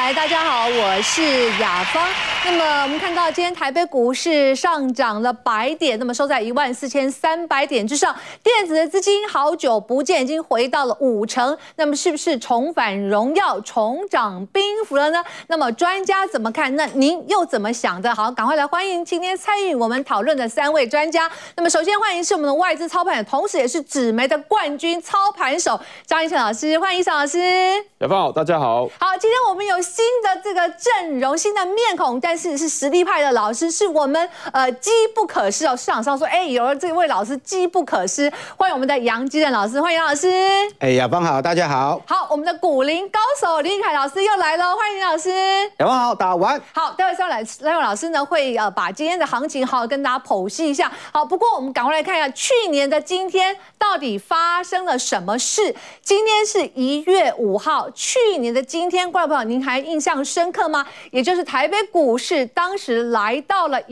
台，大家好，我是雅芳。那么我们看到今天台北股市上涨了100点，那么收在14300点之上。电子的资金好久不见，已经回到了50%，那么是不是重返荣耀、重掌兵符了呢？那么专家怎么看？那您又怎么想的？好，赶快来欢迎今天参与我们讨论的3位专家。那么首先欢迎是我们的外资操盘，同时也是纸媒的冠军操盘手张軼程老师，欢迎軼老师。 雅芳好，大家好。 好，今天我们有新的这个阵容、新的面孔，但是是实力派的老师，是我们机不可失哦。市场上说，有了这位老师机不可失，欢迎我们的杨基任老师，欢迎杨老师。 雅芳好，大家好。 好，我们的股龄高手林凯老师又来了，欢迎林老师。 雅芳好，大家晚安。 好，待会3位老师呢会把今天的行情好好跟大家剖析一下。好，不过我们赶快来看一下去年的今天到底发生了什么事。今天是1月5号，去年的今天，观众朋友您还印象深刻吗？也就是台北股市当时来到了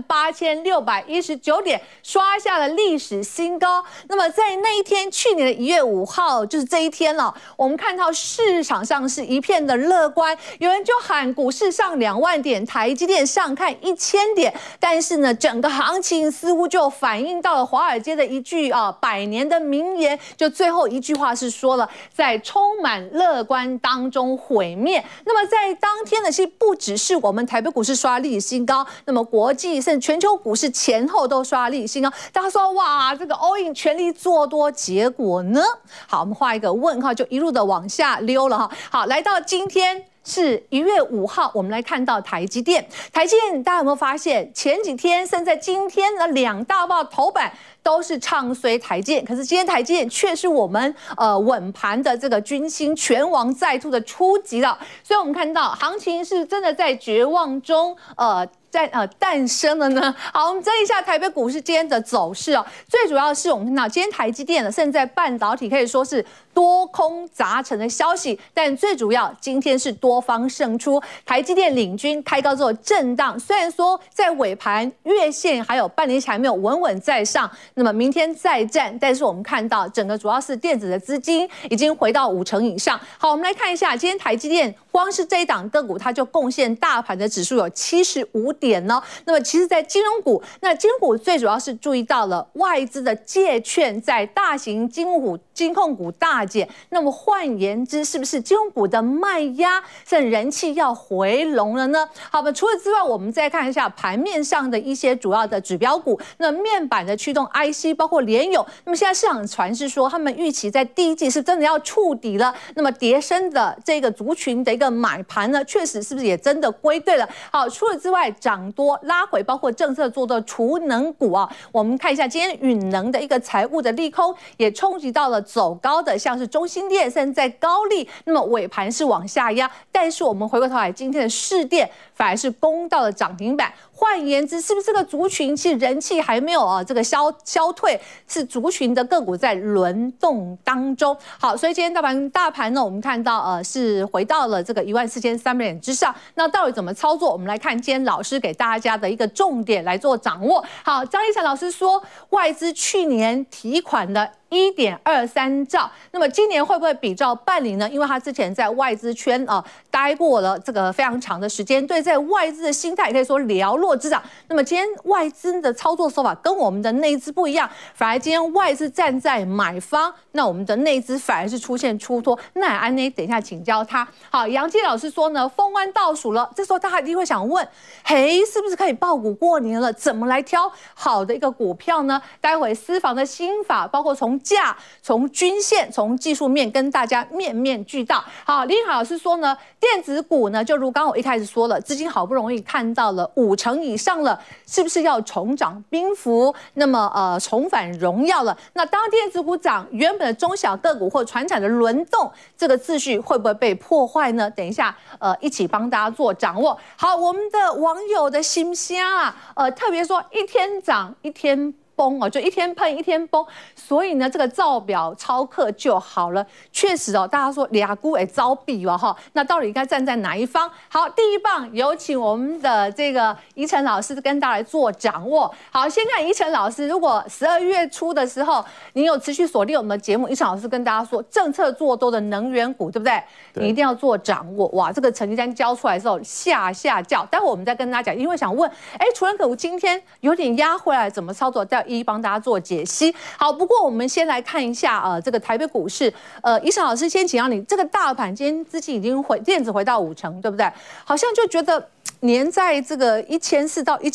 18619点，刷下了历史新高。那么在那一天，去年的1月5号，就是这一天了，我们看到市场上是一片的乐观，有人就喊股市上2万点，台积电上看1000点。但是呢，整个行情似乎就反映到了华尔街的一句100年的名言，就最后一句话是说了，在充满乐观当中毁灭。那么在当天呢，其实不只是我们台北股市刷历史新高，那么国际甚至全球股市前后都刷历史新高。大家说哇，这个 all in 全力做多，结果呢？好，我们画一个问号，就一路的往下溜了哈。好，来到今天。是1月5号，我们来看到台积电。台积电，大家有没有发现，前几天甚至在今天的2大报头版都是唱衰台积电，可是今天台积电却是我们稳盘的这个军心，全王再度的出击了。所以我们看到行情是真的在绝望中诞生了呢。好，我们整理一下台北股市今天的走势哦。最主要是我们看到今天台积电呢，甚至在半导体可以说是多空杂陈的消息，但最主要今天是多方胜出，台积电领军开高之后震荡，虽然说在尾盘月线还有半年期还没有稳稳在上，那么明天再战，但是我们看到整个主要是电子的资金已经回到50%以上。好，我们来看一下今天台积电光是这一档个股，它就贡献大盘的指数有75点呢。那么其实在金融股，那金融股最主要是注意到了外资的借券在大型金控股大减，那么换言之，是不是金融股的卖压甚至人气要回笼了呢？好吧，除了之外，我们再看一下盘面上的一些主要的指标股。那面板的驱动 IC 包括联咏，那么现在市场传是说他们预期在第一季是真的要触底了。那么跌升的这个族群的一个买盘呢，确实是不是也真的归队了？好，除了之外，涨多拉回，包括政策做的储能股啊，我们看一下今天允能的一个财务的利空，也冲击到了走高的，像是中兴电，甚至在高力，那么尾盘是往下压，但是我们回过头来，今天的市电反而是攻到了涨停板。换言之，是不是这个族群其实人气还没有这个消退，是族群的个股在轮动当中。好，所以今天大盘呢，我们看到是回到了这个14300点之上。那到底怎么操作？我们来看今天老师给大家的一个重点来做掌握。好，张軼程老师说，外资去年提款的1.23兆，那么今年会不会比照办理呢？因为他之前在外资圈待过了这个非常长的时间，对在外资的心态可以说了若指掌。那么今天外资的操作手法跟我们的内资不一样，反而今天外资站在买方，那我们的内资反而是出现出脱。那安内等一下请教他。好，杨基老师说呢，封关倒数了，这时候大家一定会想问，是不是可以抱股过年了？怎么来挑好的一个股票呢？待会私房的心法，包括从价、从均线、从技术面跟大家面面俱到。好，林海老师说呢，电子股呢，就如刚刚我一开始说了，资金好不容易看到了50%以上了，是不是要重掌兵符？那么重返荣耀了？那当电子股涨，原本的中小个股或传产的轮动，这个秩序会不会被破坏呢？等一下一起帮大家做掌握。好，我们的网友的心声特别说一天涨一天崩哦，就一天喷一天崩，所以呢，这个造表操课就好了。确实哦，大家说俩姑也招毙哦哈，那到底应该站在哪一方？好，第一棒有请我们的这个宜晨老师跟大家来做掌握。好，先看宜晨老师，如果12月初的时候，你有持续锁定我们的节目，宜晨老师跟大家说，政策做多的能源股，对不对？你一定要做掌握。哇，这个成绩单交出来的时候吓叫。待会我们再跟大家讲，因为想问，除能股今天有点压回来，怎么操作？再一一帮大家做解析。好，不过我们先来看一下这个台北股市，宜晨老师先请教你，这个大盘今天资金已经电子回到50%，对不对？好像就觉得年在这个1400到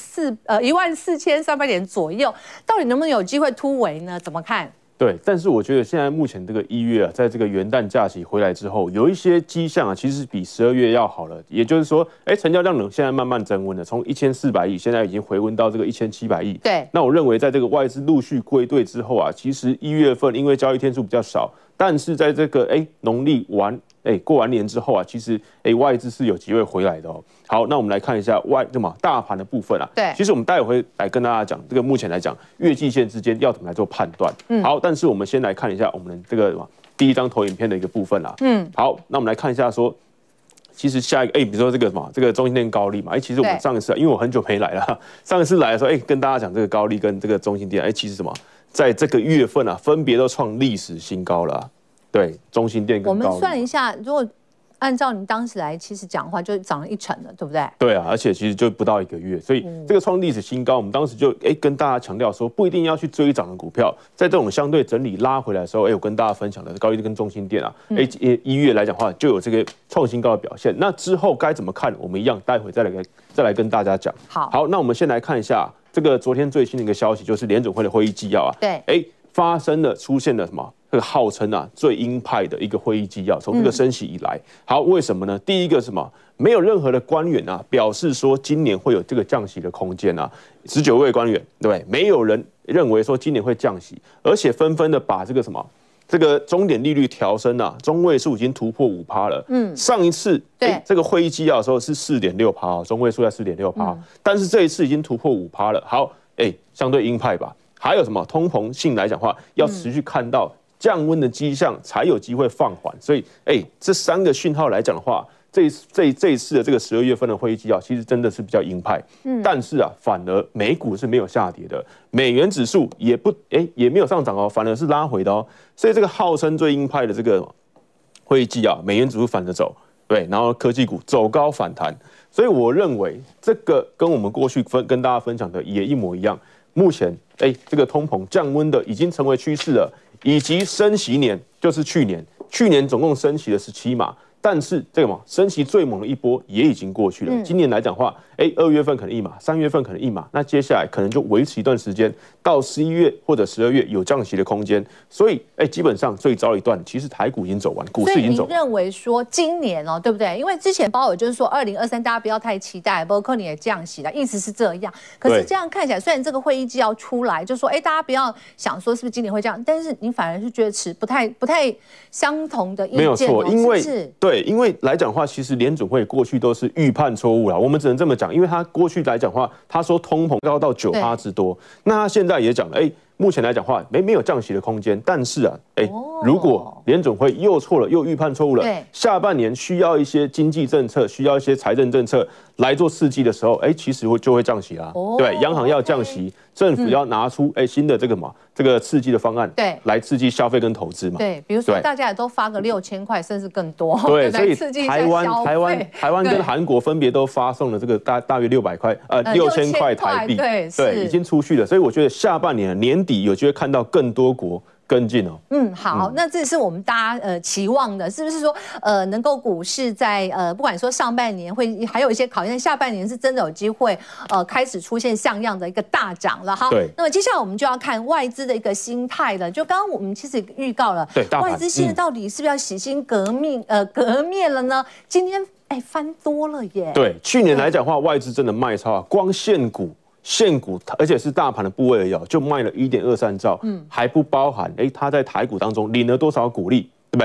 14300点左右，到底能不能有机会突围呢？怎么看？ 对，但是我觉得现在目前这个1月啊，在这个元旦假期回来之后，有一些迹象啊，其实比12月要好了。也就是说，成交量呢现在慢慢增温了，从1400亿现在已经回温到这个1700亿。 对， 那我认为在这个外资陆续归队之后啊，其实1月份因为交易天数比较少，但是在这个农历过完年之后啊，其实外资是有机会回来的哦。好，那我们来看一下大盘的部分啊。 对， 其实我们待会来跟大家讲，这个目前来讲月季线之间要怎么来做判断。好，但是我们先来看一下我们这个第一张投影片的一个部分啦。好，那我们来看一下说，其实下一个比如说这个这个中兴电高力嘛，其实我们上一次因为我很久没来了，上一次来的时候跟大家讲这个高力跟这个中兴电，其实在这个月份啊，分别都创历史新高了啊。对，中兴电跟高力， 我们算一下，如果按照你当时来，其实讲话就涨了1成了，对不对？ 对啊，而且其实就不到1个月，所以这个创历史新高，我们当时就跟大家强调说，不一定要去追涨的股票，在这种相对整理拉回来的时候，我跟大家分享的高力跟中兴电啊，1月来讲的话就有这个创新高的表现。那之后该怎么看，我们一样待会再来跟大家讲。好，那我们先来看一下这个昨天最新的一个消息，就是联准会的会议纪要啊， 对， 出现了什么？这个号称啊最鹰派的一个会议纪要，从这个升息以来，好，为什么呢？第一个什么？没有任何的官员啊表示说今年会有这个降息的空间啊，19位官员对不对？没有人认为说今年会降息，而且纷纷的把这个终点利率调升啊，中位数已经突破5%了。上一次这个会议纪要的时候是4.6%，中位数在4.6%，但是这一次已经突破5%了。好，相对鹰派吧。还有什么通膨性来讲的话，要持续看到降温的迹象，才有机会放缓。所以，这3个讯号来讲的话，这一次的这个12月份的会议纪要，其实真的是比较鹰派。但是啊，反而美股是没有下跌的，美元指数也没有上涨哦，反而是拉回的哦。所以这个号称最鹰派的这个会议纪要，美元指数反着走，对，然后科技股走高反弹。所以我认为这个跟我们过去跟大家分享的也一模一样。目前这个通膨降温的已经成为趋势了，以及升息年就是去年总共升息了17码，但是这个升息最猛的一波也已经过去了。今年来讲的话，2月份可能1码，3月份可能1码，那接下来可能就维持一段时间，到11月或者12月有降息的空间。所以基本上最早一段其实台股已经走完，股市已经走完。 所以你认为说今年对不对？因为之前鲍尔就是说2023大家不要太期待，包括你也降息了，意思是这样。可是这样看起来，虽然这个会议纪要出来，就说大家不要想说是不是今年会这样，但是你反而是觉得持不太相同的意见。 没有错，因为来讲的话，其实联准会过去都是预判错误啦，我们只能这么讲。因为他过去来讲的话，他说通膨高到9%之多，那他现在也讲了，目前来讲的话没有降息的空间。但是啊，如果联准会又错了，又预判错误了，下半年需要一些经济政策，需要一些财政政策来做刺激的时候，其实就会降息啦。对，央行要降息，政府要拿出新的这个刺激的方案，对，来刺激消费跟投资嘛。 对，比如说大家也都发个6000块，甚至更多。 对，所以台湾跟韩国分别都发送了这个大约600块，6000块台币，对，已经出去了。所以我觉得下半年年底有机会看到更多国跟进哦。 好，那这是我们大家期望的，是不是说能够股市在不管说上半年会还有一些考验，下半年是真的有机会开始出现像样的一个大涨了哈。 对。 那么接下来我们就要看外资的一个心态了。就刚刚我们其实预告了， 对， 外资现在到底是不是要洗心革面了呢？今天翻多了耶。 对，去年来讲的话，外资真的卖超啊，光现股，而且是大盘的部位而已，就卖了1.23兆，还不包含他在台股当中领了多少股利，对不对？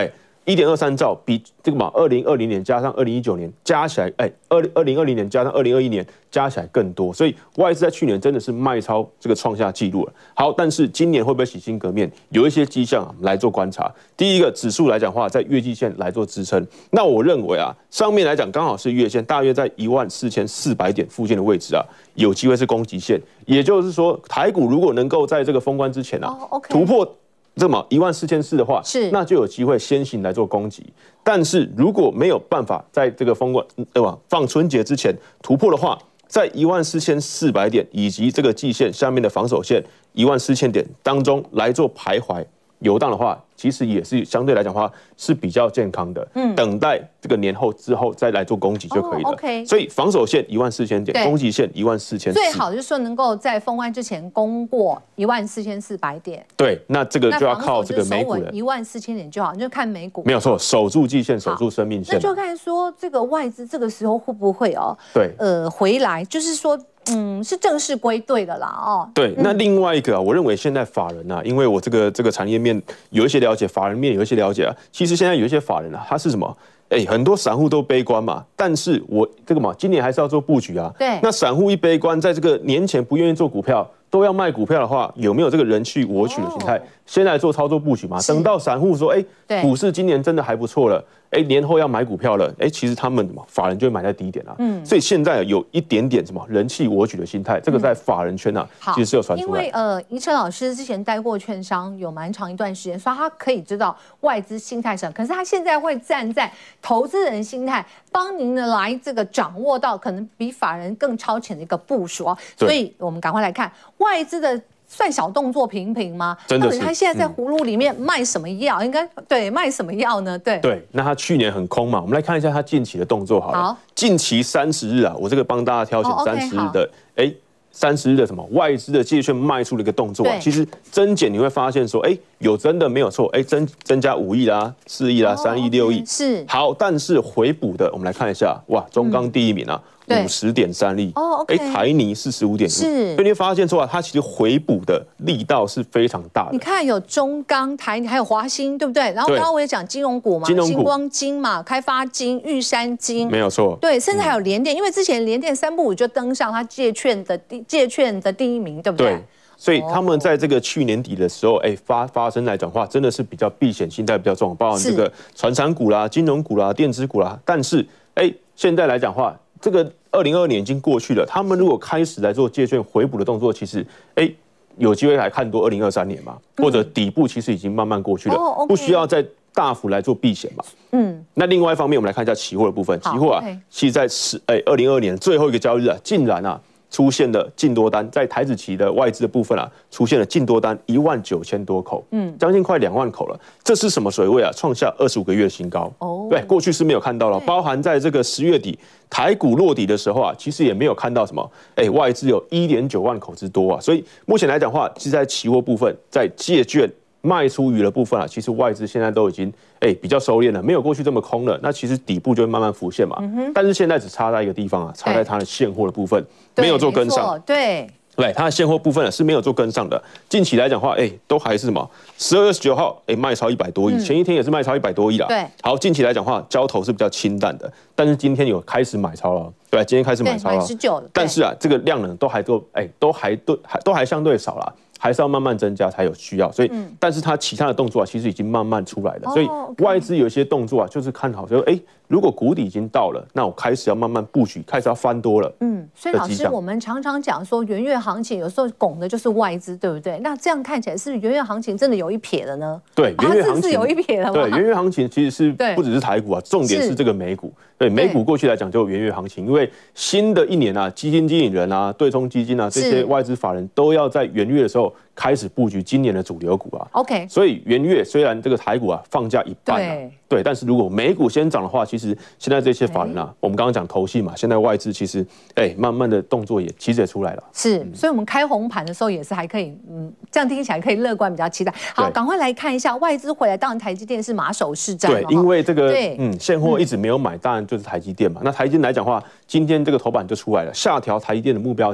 1.23兆比这个嘛2020年加上2019年加起来，2020年加上2021年加起来更多，所以外资在去年真的是卖超这个创下纪录了。好，但是今年会不会洗心革面？有一些迹象来做观察。第一个指数来讲的话，在月季线来做支撑，那我认为啊，上面来讲刚好是月线，大约在14400点附近的位置啊，有机会是攻击线。也就是说，台股如果能够在这个封关之前啊，突破这么14400的话，那就有机会先行来做攻击。但是如果没有办法在这个封关对吧放春节之前突破的话，在14400点以及这个季线下面的防守线14000点当中来做徘徊游荡的话，其实也是相对来讲的话是比较健康的。等待这个年后之后再来做攻击就可以了。所以防守线14000点，攻击线14400。 最好就是说能够在封关之前攻过14400点。 对，那这个就要靠这个美股了。 14000点就好，你就看美股。 没有错，守住季线，守住生命线。 那就看说这个外资这个时候会不会回来，就是说。是正式归队的啦，哦。 对，那另外一个啊，我认为现在法人啊，因为我这个产业面有一些了解，法人面有一些了解啊，其实现在有一些法人啊，他是什么？很多散户都悲观嘛，但是我这个嘛，今年还是要做布局啊。 对。 那散户一悲观，在这个年前不愿意做股票，都要卖股票的话，有没有这个人去我取的心态？先来做操作布局嘛。等到散户说，股市今年真的还不错了。年后要买股票了，其实他们法人就会买在低点啊，所以现在有一点点什么人气我取的心态，这个在法人圈啊，其实是有传出来。 因为宜晨老师之前待过券商，有蛮长一段时间，所以他可以知道外资心态上，可是他现在会站在投资人心态，帮您呢来这个掌握到可能比法人更超前的一个部署哦。所以我们赶快来看外资的。算小动作频频吗？ 真的是。 他现在在葫芦里面卖什么药？应该对卖什么药呢？对。 那他去年很空嘛，我们来看一下他近期的动作好了。好。近期30日啊，我这个帮大家挑选30日的，30日的什么外资的借券卖出的一个动作啊，其实增减你会发现说，有真的没有错，增加5亿啦、4亿啦、3亿、6亿是。 好，但是回补的，我们来看一下，哇，中钢第一名啊。50.3亿台泥45.5，所以你会发现说啊，它其实回补的力道是非常大的。 你看有中钢、台泥，还有华兴，对不对？然后刚刚我也讲金融股嘛，星光金嘛、开发金、玉山金， 没有错。 对，甚至还有联电，因为之前联电3不5就登上它借券的第一名，对不对？ 所以他们在这个去年底的时候，发生来讲话，真的是比较避险心态比较重，包含这个传产股啦、金融股啦、电子股啦。但是现在来讲话。这个2022年已经过去了，他们如果开始来做借券回补的动作，其实有机会来看多2023年嘛，或者底部其实已经慢慢过去了，不需要再大幅来做避险嘛。那另外一方面，我们来看一下期货的部分，期货啊，其实在2022年最后一个交易日啊，竟然啊出现了净多单，在台指期的外资的部分啊，出现了净多单19000多口，将近快2万口了。这是什么水位啊？创下25个月的新高。对，过去是没有看到了，包含在这个10月底台股落底的时候啊，其实也没有看到什么，外资有1.9万口之多啊。所以目前来讲的话，其实在期货部分，在借券卖出余的部分啊，其实外资现在都已经比较收敛了，没有过去这么空了。那其实底部就会慢慢浮现嘛。但是现在只差在一个地方啊，差在它的现货的部分没有做跟上。对，它的现货部分是没有做跟上的。近期来讲的话，都还是什么12月29号，卖超100多亿，前一天也是卖超100多亿啦。对，好，近期来讲的话，交投是比较清淡的，但是今天有开始买超了。对，今天开始买超了，19了。但是啊，这个量能都还相对少啦。还是要慢慢增加才有需要，所以，但是它其他的动作啊，其实已经慢慢出来了，所以外资有一些动作啊，就是看好说，如果谷底已经到了，那我开始要慢慢布局，开始要翻多了。 所以老师，我们常常讲说，元月行情有时候拱的就是外资，对不对？那这样看起来，是不是元月行情真的有一撇了呢？ 对，元月行情是有一撇了吗？ 对，元月行情其实是不只是台股啊，重点是这个美股。对，美股过去来讲就有元月行情，因为新的一年啊，基金经理人啊、对冲基金啊这些外资法人都要在元月的时候开始布局今年的主流股啊。OK， 所以元月虽然这个台股啊放假一半啊，对，但是如果美股先涨的话，其实现在这些法人啊，我们刚刚讲投信嘛，现在外资其实慢慢的动作其实也出来了。是，所以我们开红盘的时候也是还可以，这样听起来可以乐观，比较期待。好，赶快来看一下外资回来，当然台积电是马首是瞻。对，因为这个现货一直没有买，当然就是台积电嘛。那台积电来讲的话，今天这个头版就出来了，下调台积电的目标价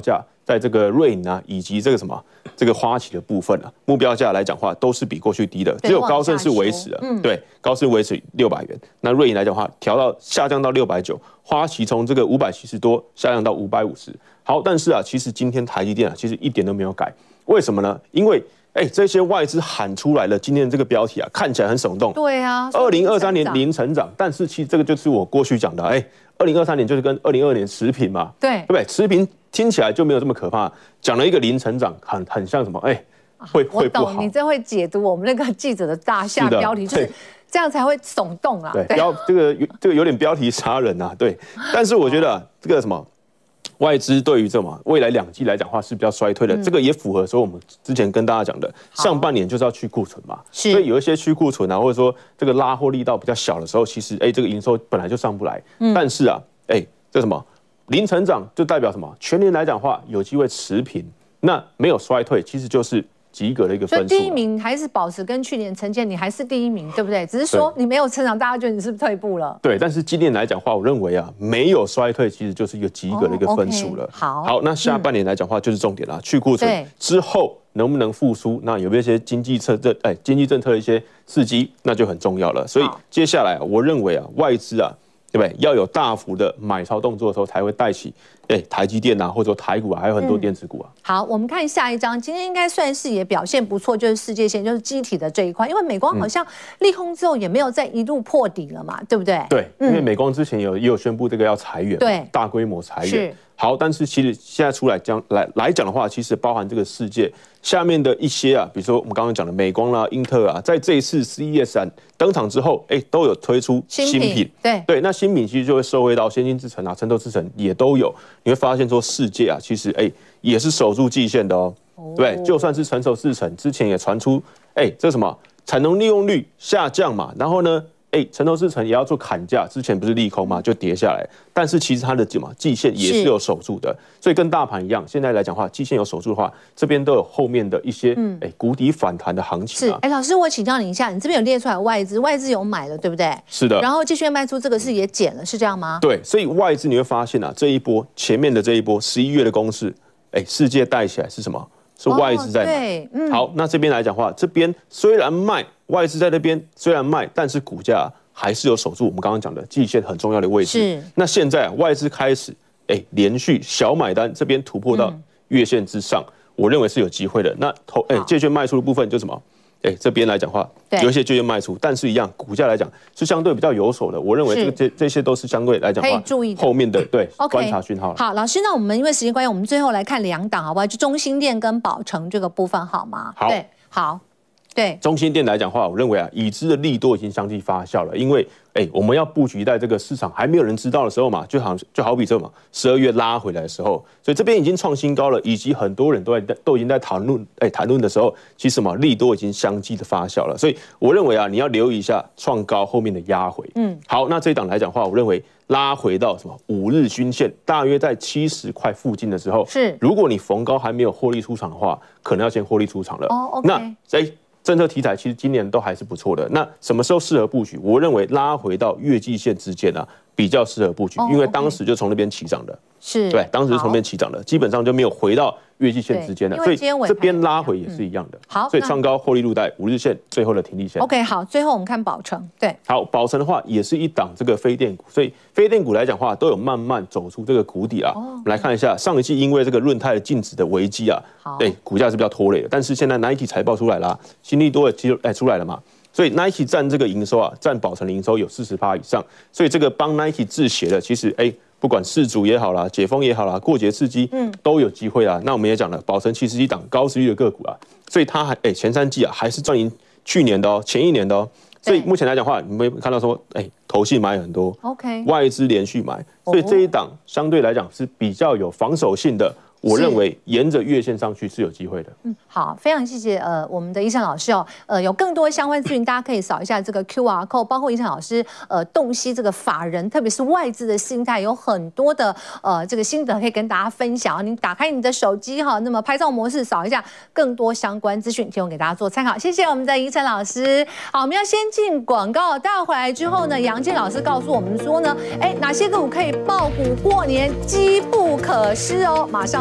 在这个瑞银啊，以及这个什么这个花旗的部分啊，目标价来讲话都是比过去低的，只有高盛是维持的，对，高盛维持600元。那瑞银来讲话下降到690，花旗从这个570多下降到550。好，但是啊，其实今天台积电啊，其实一点都没有改，为什么呢？因为这些外资喊出来了，今天的这个标题啊，看起来很耸动。 对啊 ，2023年零成长，但是其实这个就是我过去讲的，2023年就是跟2022年持平嘛，对不对？持平听起来就没有这么可怕，讲了一个零成长，很像什么？会不好。 我懂，你真会解读我们那个记者的大下标题，就是这样才会耸动啊。 对，这个有点标题杀人啊，对。但是我觉得这个什么。外资对于这未来2季来讲话是比较衰退的，这个也符合说我们之前跟大家讲的，上半年就是要去库存嘛，所以有一些去库存啊，或者说这个拉货力道比较小的时候，其实这个营收本来就上不来，但是啊，这什么零成长就代表什么？全年来讲话有机会持平，那没有衰退，其实就是及格的一个分数。 所以第一名还是保持跟去年呈现，你还是第一名，对不对？只是说你没有成长，大家觉得你是不是退步了？ 对，但是今年来讲话，我认为啊，没有衰退，其实就是一个及格的一个分数了。好，那下半年来讲话就是重点啦，去库存之后能不能复苏？那有没有一些经济政策的一些刺激，那就很重要了。所以接下来我认为啊，外资啊，对不对？要有大幅的买超动作的时候，才会带起台积电啊，或者说台股啊，还有很多电子股啊。 好，我们看下一张，今天应该算是也表现不错，就是世界线，就是机体的这一块，因为美光好像利空之后也没有再一路破底了嘛，对不对？ 对，因为美光之前也有宣布这个要裁员，对，大规模裁员。好，但是其实现在出来来讲的话，其实包含这个世界下面的一些啊，比如说我们刚刚讲的美光啦、英特尔啊，在这一次 CES 登场之后，都有推出新品。对，那新品其实就会受惠到先进制程啊、成熟制程也都有。你会发现说世界啊，其实也是守住季线的哦。对，就算是成熟制程，之前也传出这什么产能利用率下降嘛，然后呢？成熟制程也要做砍价，之前不是利空嘛，就跌下来。但是其实它的季线也是有守住的，所以跟大盘一样，现在来讲的话，季线有守住的话，这边都有后面的一些谷底反弹的行情。 是，老师，我请教你一下，你这边有列出来外资有买了，对不对？ 是的。 然后继续卖出，这个是也减了，是这样吗？ 对，所以外资你会发现啊，这一波前面的这一波11月的攻势，世界带起来是什么？是外资在买。好，那这边来讲的话，这边虽然卖。外资在那边虽然卖，但是股价还是有守住我们刚刚讲的季线很重要的位置。那现在外资开始连续小买单，这边突破到月线之上，我认为是有机会的。那借券卖出的部分就什么？这边来讲话，有一些借券卖出，但是一样股价来讲是相对比较有手的。我认为这些都是相对来讲话后面的观察讯号。 好，老师，那我们因为时间关系，我们最后来看2档好不好？就中兴电跟宝成这个部分好吗？好。对， 中兴电来讲的话，我认为啊，已知的利多已经相继发酵了，因为我们要布局在这个市场还没有人知道的时候嘛，就好比这嘛，12月拉回来的时候，所以这边已经创新高了，以及很多人都已经在谈论的时候，其实嘛利多已经相继的发酵了，所以我认为啊，你要留意一下创高后面的压回。好，那这一档来讲的话，我认为拉回到什么5日均线，大约在70块附近的时候，如果你逢高还没有获利出场的话，可能要先获利出场了。那政策题材其实今年都还是不错的。那什么时候适合布局？我认为拉回到月季线之间啊，比较适合布局，因为当时就从那边起涨的。对，当时从那边起涨的，基本上就没有回到月季线之间的，所以这边拉回也是一样的。好，所以创高获利入袋5日线最后的停利线。 OK， 好，最后我们看宝成。对， 好，宝成的话也是一档这个非电股，所以非电股来讲的话，都有慢慢走出这个谷底啊。我们来看一下上一季因为这个润泰的净值的危机啊，股价是比较拖累的。但是现在 Nike 财报出来啦，新利多也出来了嘛。所以 Nike 占这个营收啊，占宝成的营收有40%以上，所以这个帮 Nike 制鞋的，其实不管世足也好啦，解封也好啦，过节刺激，都有机会啦。那我们也讲了，宝成其实一档高殖利率的个股啊，所以它前3季啊还是赚赢去年的哦，前1年的哦。所以目前来讲的话，你们会看到说，投信买很多 ，OK， 外资连续买，所以这一档相对来讲是比较有防守性的。我认为沿着月线上去是有机会的。 好，非常谢谢我们的貽程老师哦。有更多相关资讯，大家可以扫一下这个 QR code， 包括貽程老师洞悉这个法人，特别是外资的心态，有很多的这个心得可以跟大家分享。你打开你的手机哈，那么拍照模式扫一下，更多相关资讯提供给大家做参考。谢谢我们的貽程老师。好，我们要先进广告，待会回来之后呢，杨健老师告诉我们说呢，哪些个股可以抱股过年，机不可失哦。马上回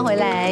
回来。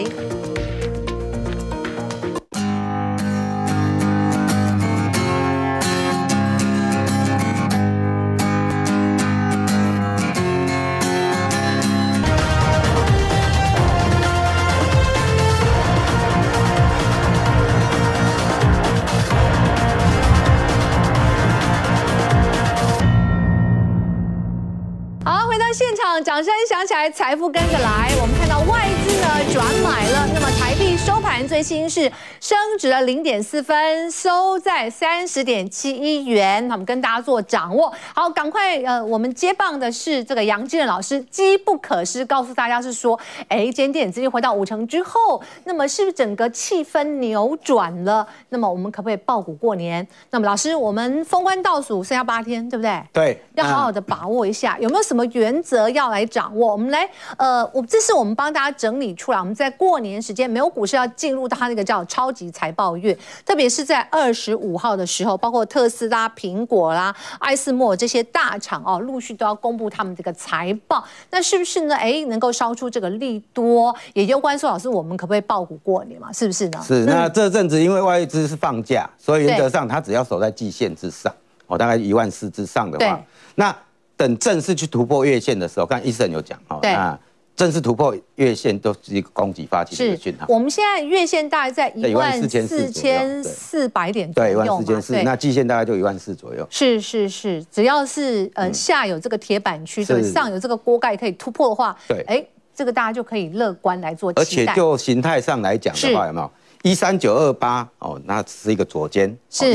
现场掌声响起来，财富跟着来。我们看到外资呢转买了，那么台币收盘最新是升值了0.4分，收在30.71元。我们跟大家做掌握。好，赶快我们接棒的是这个杨金仁老师，机不可失，告诉大家是说，今天电子资金回到5成之后，那么是不是整个气氛扭转了？那么我们可不可以抱股过年？那么老师，我们封关倒数剩下8天，对不对？ 对， 要好好的把握一下，有没有什么原则要来掌握？我们来，这是我们帮大家整理出来。我们在过年时间，美国股市要进入到它那个叫超级财报月，特别是在25号的时候，包括特斯拉、苹果啦、艾斯莫这些大厂哦，陆续都要公布他们这个财报。那是不是呢？能够烧出这个利多，也攸关说老师，我们可不可以抱股过年嘛？是不是呢？ 是。那这阵子因为外资是放假，所以原则上它只要守在季线之上，大概14000之上的话，那等正式去突破月线的时候，刚才医生有讲那正式突破月线都是一个攻击发起的一个讯号。 我们现在月线大概在14400点左右嘛， 对，14400，那季线大概就14000左右。 是，只要是下有这个铁板区，对，上有这个锅盖可以突破的话，对，这个大家就可以乐观来做期待。 而且就形态上来讲的话，有没有13928那是一个左肩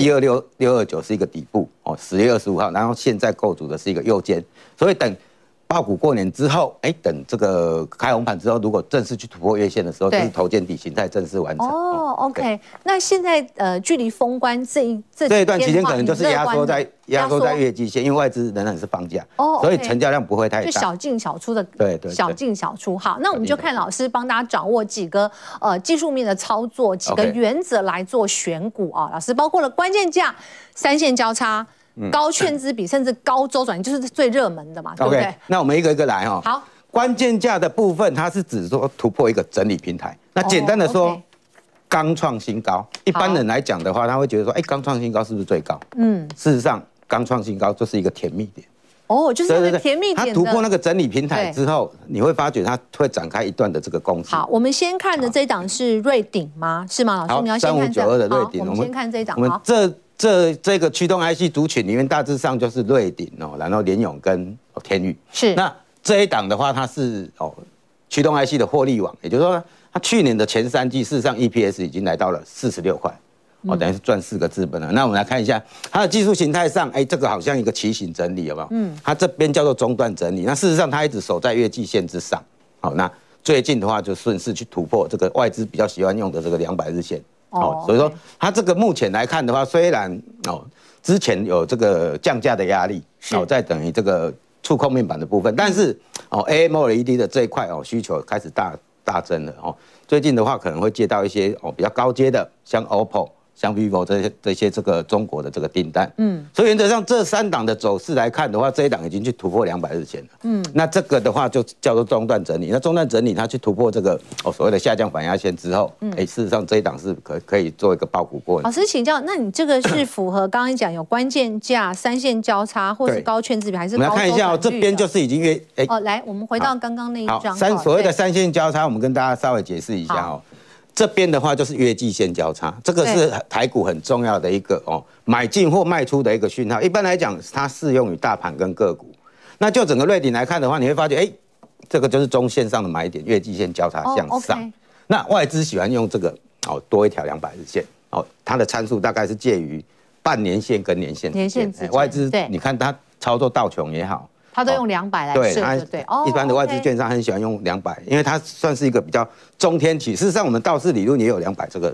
，12629是一个底部10月25号，然后现在构筑的是一个右肩，所以等抱股过年之后，等这个开红盘之后，如果正式去突破月线的时候，就是头肩底形态正式完成。 OK， 那现在距离封关这一段期间，可能就是压缩在月季线，因为外资仍然是放假，所以成交量不会太大， 就小进小出的， 对， 小进小出。好，那我们就看老师帮大家掌握几个技术面的操作，几个原则来做选股啊。老师包括了关键价、3线交叉。高券资比甚至高周转就是最热门的嘛，对不对？ 那我们一个一个来好， 关键价的部分，它是指说突破一个整理平台。那简单的说，刚创新高。一般人来讲的话，他会觉得说，刚创新高是不是最高？事实上，刚创新高就是一个甜蜜点。 就是那个甜蜜点。 它突破那个整理平台之后，你会发觉它会展开一段的这个攻势。 好，我们先看的这一档是瑞鼎吗？是吗，老师？你要先看 3592的瑞鼎。 我们先看这一档。 我们这个驱动 IC 族群里面，大致上就是瑞鼎然后联咏跟天宇。是。那这一档的话，它是驱动 IC 的获利网，也就是说，它去年的前3季，事实上 EPS 已经来到了46块。等于是赚4个资本了。那我们来看一下它的技术形态上，这个好像一个旗形整理，有没有？它这边叫做中段整理。那事实上它一直守在月季线之上。好，那最近的话就顺势去突破这个外资比较喜欢用的这个200日线。所以说它这个目前来看的话，虽然之前有这个降价的压力，在等于这个触控面板的部分，但是AMOLED 的这一块需求开始大增了。最近的话可能会接到一些比较高阶的，像 OPPO。像 vivo 这些这个中国的这个订单，所以原则上这3档的走势来看的话，这一档已经去突破200日线了，那这个的话就叫做中段整理。那中段整理它去突破这个所谓的下降反压线之后，事实上这一档是可以做一个抱股过年。 老师请教，那你这个是符合刚刚讲有关键价、3线交叉，或是高券资比，还是高周转率？ 我们来看一下这边就是已经来，我们回到刚刚那一张。 所谓的3线交叉，我们跟大家稍微解释一下这边的话就是月季线交叉，这个是台股很重要的一个买进或卖出的一个讯号。一般来讲，它适用于大盘跟个股。那就整个瑞鼎来看的话，你会发觉，这个就是中线上的买点，月季线交叉向上。那外资喜欢用这个多一条200日线它的参数大概是介于半年线跟年线之间。外资你看它操作道琼也好。 他都用200来设，对， 一般的外资券商很喜欢用200，因为它算是一个比较中天期。事实上，我们道氏理论也有200这个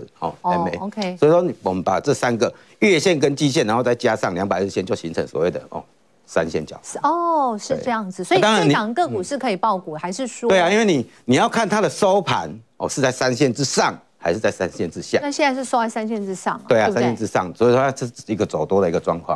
MA， 所以说我们把这3个月线跟季线，然后再加上200日线，就形成所谓的3线交叉。 是这样子。所以这档个股是可以抱股，还是说？ 对啊，因为你要看它的收盘是在3线之上，还是在3线之下。 那现在是收在3线之上。 对啊，3线之上，所以说它是一个走多的一个状况。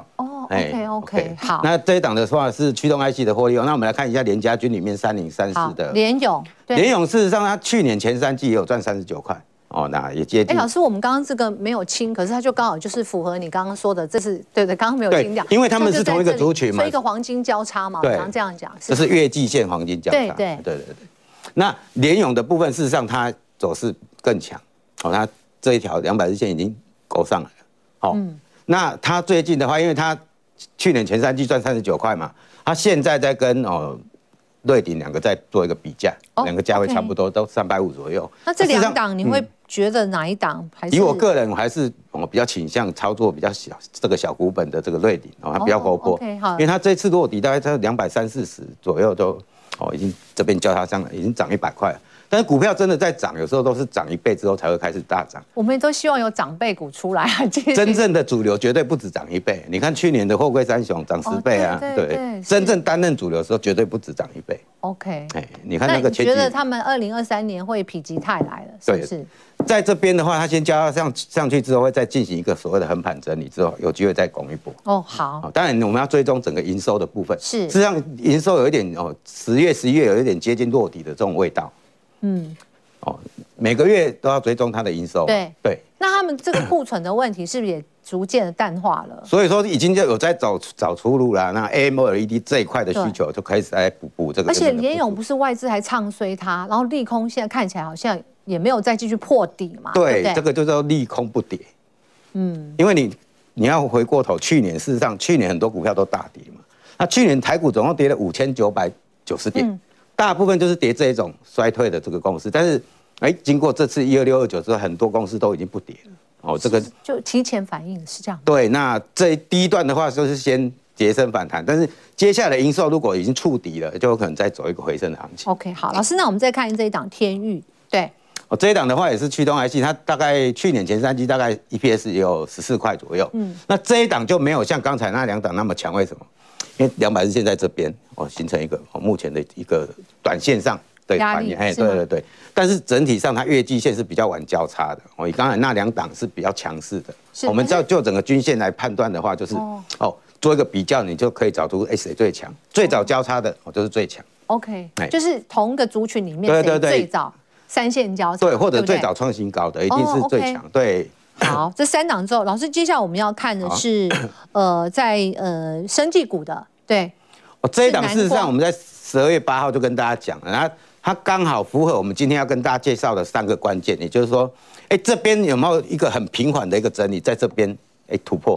OK， 好。 那这一档的话是驱动 IC 的获利。那我们来看一下联家军里面3034的联咏， 联咏事实上它去年前3季也有赚39块。那也接近。 老师，我们刚刚这个没有清，可是它就刚好就是符合你刚刚说的，这是对，刚刚没有清掉， 因为他们是同一个族群嘛， 所以一个黄金交叉嘛，我常这样讲， 这是月季线黄金交叉。对。那联咏的部分，事实上它走势更强，它这一条200日线已经勾上来了。那它最近的话，因为它去年前3季赚39块嘛，它现在在跟瑞鼎两个在做一个比价，两个价位差不多，都350左右。 那这2档你会觉得哪一档？ 以我个人，我还是比较倾向操作比较小股本的这个瑞鼎，它比较活泼，因为它这次落底大概在230-240左右都已经这边交叉上来，已经涨100块了。但是股票真的在涨，有时候都是涨1倍之后才会开始大涨。 我们都希望有长辈股出来啊！ 真正的主流绝对不止涨1倍。你看去年的货柜三雄涨10倍啊，对，真正担任主流的时候绝对不止涨1倍。 OK， 你看那个前你觉得他们2023年会否极泰来了？是不是？ 在这边的话，它先交上去之后，会再进行一个所谓的横盘整理之后，有机会再攻一波。 好。 当然我们要追踪整个营收的部分。 是， 事实上营收有一点10月、11月有一点接近落底的这种味道。每个月都要追踪它的营收。 对。那他们这个库存的问题是不是也逐渐的淡化了？ 所以说已经就有在找出路了。那 AMOLED 这一块的需求就开始来补这个。 而且联咏不是外资还唱衰它，然后利空现在看起来好像也没有再继续破底嘛。 对，这个就叫利空不跌。因为你要回过头，事实上去年很多股票都大跌嘛。那去年台股总共跌了5990点。大部分就是跌这一种衰退的这个公司，但是经过这次12629之后，很多公司都已经不跌了。这个就提前反应是这样。 对，那这第一段的话就是先跌升反弹，但是接下来营收如果已经触底了，就有可能再走一个回升的行情。 OK， 好，老师，那我们再看这一档天钰，对， 这一档的话也是驱动 IC， 它大概去年前3季大概 EPS 也有14块左右。那这一档就没有像刚才那2档那么强，为什么？因为200日线在这边形成一个目前的一个短线上的反应，对。但是整体上它月季线是比较晚交叉的。你刚才那2档是比较强势的。我们就整个均线来判断的话，就是做一个比较，你就可以找出谁最强，最早交叉的就是最强。 OK， 就是同一个族群里面谁最早3线交叉， 对，或者最早创新高的一定是最强，对。 好，这3档之后，老师，接下来我们要看的是在生技股的，对。 这一档事实上我们在12月8号就跟大家讲了，它刚好符合我们今天要跟大家介绍的3个关键，也就是说，这边有没有一个很平缓的一个整理，在这边突破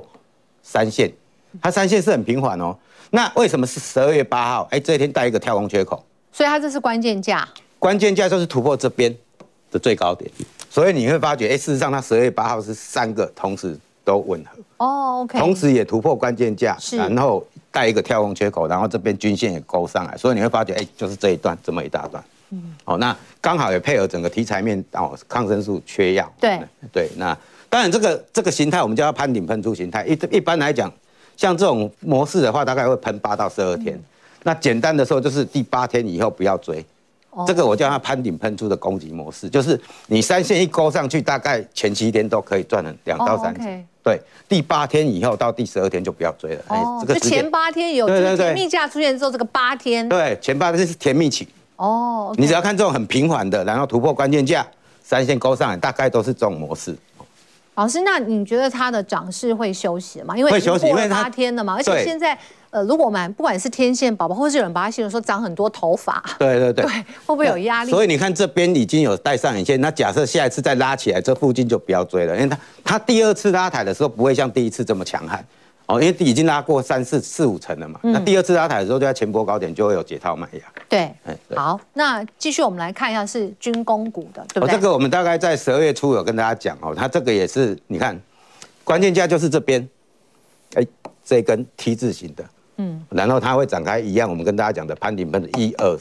3线，它3线是很平缓哦。那为什么是12月8号？这一天带一个跳空缺口， 所以它这是关键价。 关键价就是突破这边的最高点。所以你会发觉，事实上它12月8号是3个同时都吻合 ，OK， 同时也突破关键价，然后带一个跳空缺口，然后这边均线也勾上来，所以你会发觉，就是这一段这么一大段，那刚好也配合整个题材面，抗生素缺药，对，那当然这个形态我们叫攀顶喷出形态，一般来讲，像这种模式的话，大概会喷8到12天，那简单的说就是第8天以后不要追。这个我叫它攀顶喷出的攻击模式，就是你3线一勾上去，大概前7天都可以赚了2到3成。对，第8天以后到第12天就不要追了。 这个前8天有甜蜜价出现之后，这个8天， 对，前8天是甜蜜期。你只要看这种很平缓的，然后突破关键价，3线勾上来，大概都是这种模式。 老师，那你觉得它的涨势会休息吗？因为会休息，因为它8天了嘛，而且现在。如果我们不管是天线宝宝，或是有人把它形容说长很多头发， 对， 会不会有压力？ 所以你看这边已经有带上影线，那假设下一次再拉起来，这附近就不要追了，因为它第2次拉抬的时候不会像第1次这么强悍，因为已经拉过4、5成了嘛。那第2次拉抬的时候，就在前波高点就会有解套卖压。 对，好，那继续我们来看一下是军工股的，对不对？ 这个我们大概在12月初有跟大家讲它这个也是你看关键价就是这边，这根 T 字形的。然后它会展开一样，我们跟大家讲的攀顶喷的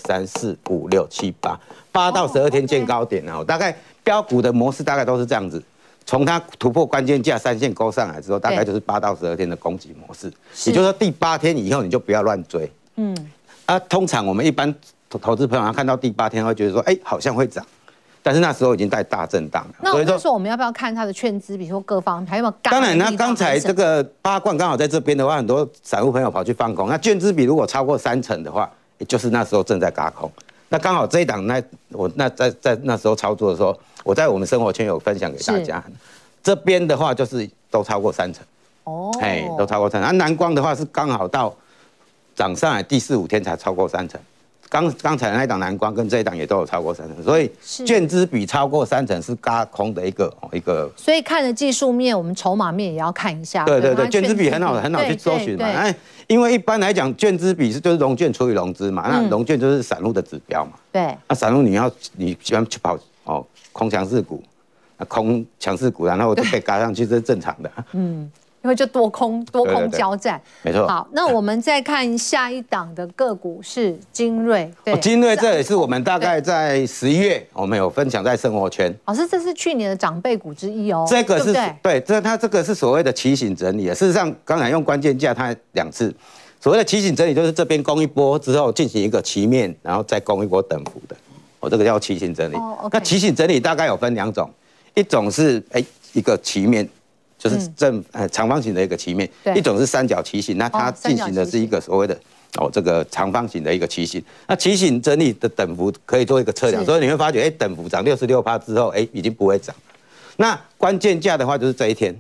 1、2、3、4、5、6、7、8到12天见高点大概标股的模式大概都是这样子，从它突破关键价3线勾上来之后，大概就是8到12天的攻击模式，也就是说第8天以后你就不要乱追。通常我们一般投资朋友看到第8天会觉得说，好像会涨， 但是那时候已经在大震荡了。 那我说我们要不要看它的券资比或各方面，还有没有？ 当然，那刚才这个八冠刚好在这边的话，很多散户朋友跑去放空。那券资比如果超过30%的话，也就是那时候正在軋空。那刚好这一档，我在那时候操作的时候，我在我们生活圈有分享给大家。这边的话就是都超过30%。哦，都超过30%。南光的话是刚好到涨上来第4、5天才超过30%。刚才那一档南光跟这一档也都有超过30%，所以券资比超过30%是軋空的一个。 所以看了技术面，我们筹码面也要看一下。 对，券资比很好去搜寻嘛。因为一般来讲，券资比就是融券除以融资嘛，那融券就是散户的指标嘛。对。那散户你喜欢去跑空强势股，空强势股，然后就被軋上去，这是正常的。 因为就多空交战， 没错。 好，那我们再看下一档的个股是精锐。对， 精锐这也是我们大概在11月我们有分享在生活圈。 老师，这是去年的长辈股之一哦。 这个是对，它这个是所谓的期型整理。事实上，刚才用关键价它2次。所谓的期型整理就是这边攻一波之后进行一个期面，然后再攻一波等幅的。这个叫期型整理。那期型整理大概有分2种，一种是一个期面。就是长方形的一个期面，一种是三角旗形，那它进行的是一个所谓的这个长方形的一个旗形。那旗形整理的等幅可以做一个测量，所以你会发觉，等幅涨66%之后，已经不会涨了。那关键价的话，就是这一天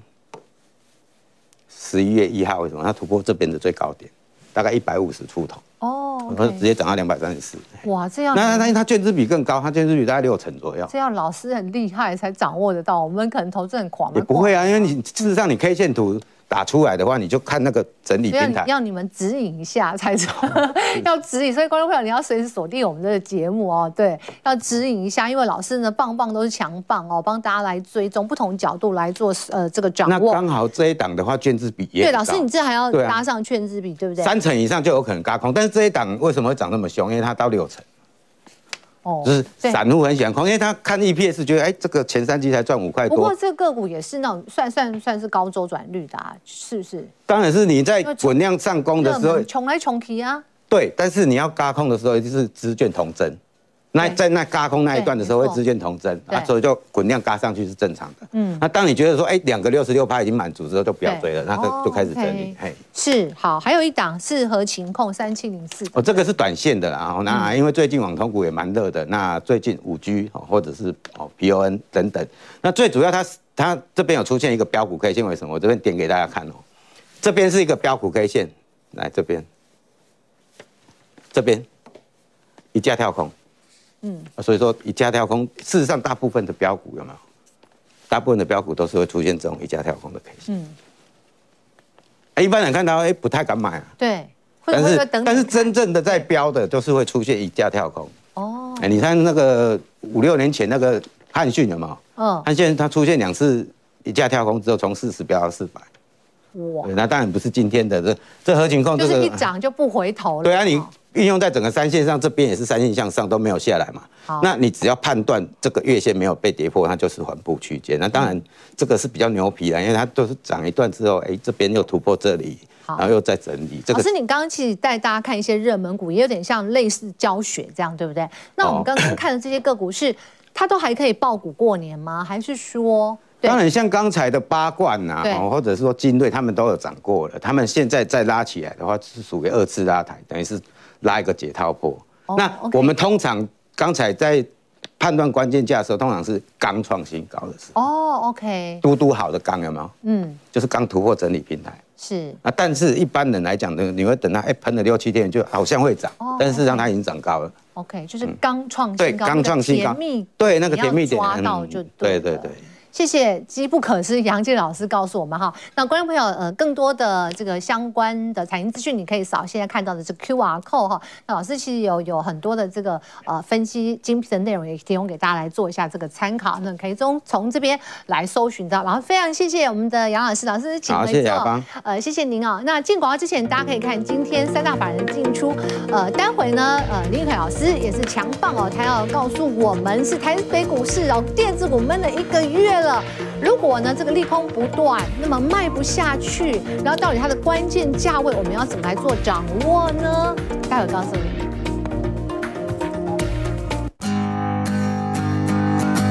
，11月1号，为什么它突破这边的最高点，大概150出头。直接涨到234。 哇，这样那它券资比更高，它券资比大概60%左右。 这样老师很厉害才掌握得到，我们可能投资很狂。 也不会啊，因为你事实上你 K 线图打出来的话，你就看那个整理平台。 要你们指引一下才要指引，所以观众朋友你要随时锁定我们的节目哦。对，要指引一下，因为老师呢棒棒都是强棒哦，帮大家来追踪不同角度来做这个掌握。 那刚好这一档的话，券资比也对，老师你这还要搭上券资比，对不对 ？3成以上就有可能軋空，但是这一档为什么会涨那么凶？因为它到6成。就是散户很喜欢空，因为他看 EPS 觉得，这个前3季才赚5块多。 不过这个股也是那种算是高周转率的，是不是？ 当然是你在滚量上攻的时候， 穷来穷去啊。 对，但是你要軋空的时候，就是资券同增。那在那軋空那一段的时候，会资券同增，所以就滚量軋上去是正常的。那当你觉得说，2个66%已经满足之后，就不要追了，那就开始整理。 是好，还有一档是合勤控3704。 这个是短线的啦。那因为最近网通股也蛮热的，那最近5G 或者是PON 等等，那最主要它这边有出现一个标股 K 线，为什么？我这边点给大家看这边是一个标股 K 线，来这边一价跳空。所以说一价跳空，事实上大部分的标股有没有？大部分的标股都是会出现这种一价跳空的 K 线。一般人看到不太敢买啊。 对。 但是真正的在标的，就是会出现一价跳空。你看那个5、6年前那个汉讯有没有？汉讯它出现2次一价跳空之后，从40飙到400。哇！那当然不是今天的这合勤控， 就是一涨就不回头了。 对啊，你运用在整个3线上，这边也是3线向上都没有下来嘛。那你只要判断这个月线没有被跌破，它就是缓步区间。那当然这个是比较牛皮的，因为它都是涨一段之后，这边又突破这里，然后又再整理。 老师，你刚刚其实带大家看一些热门股，也有点像类似教学这样，对不对？那我们刚刚看的这些个股它都还可以抱股过年吗？还是说？ 当然，像刚才的八冠或者是说精锐，他们都有涨过了。他们现在再拉起来的话，是属于2次拉抬，等于是拉一个解套波。那我们通常刚才在判断关键价的时候，通常是刚创新高的时候。 OK。 嘟好的刚有没有？就是刚突破整理平台。 是。 但是一般人来讲呢，你会等它喷了6、7天，就好像会涨，但是事实上它已经涨高了。 OK， 就是刚创新高。 对，刚创新高。对，那个甜蜜点抓到就对。对。谢谢机不可失杨健老师告诉我们哈。那观众朋友更多的这个相关的财经资讯，你可以扫现在看到的这个 QR code 哈。那老师其实有很多的这个分析精辟的内容，也提供给大家来做一下这个参考。那可以从这边来搜寻到。然后非常谢谢我们的杨老师，老师请回座。 谢谢亚芳。 谢谢您哦。那进广告之前，大家可以看今天3大法人进出。待会呢，林玉凯老师也是强棒哦，他要告诉我们是台北股市电子股闷了1个月了。如果呢这个利空不断，那么卖不下去，然后到底它的关键价位我们要怎么来做掌握呢？待会告诉你。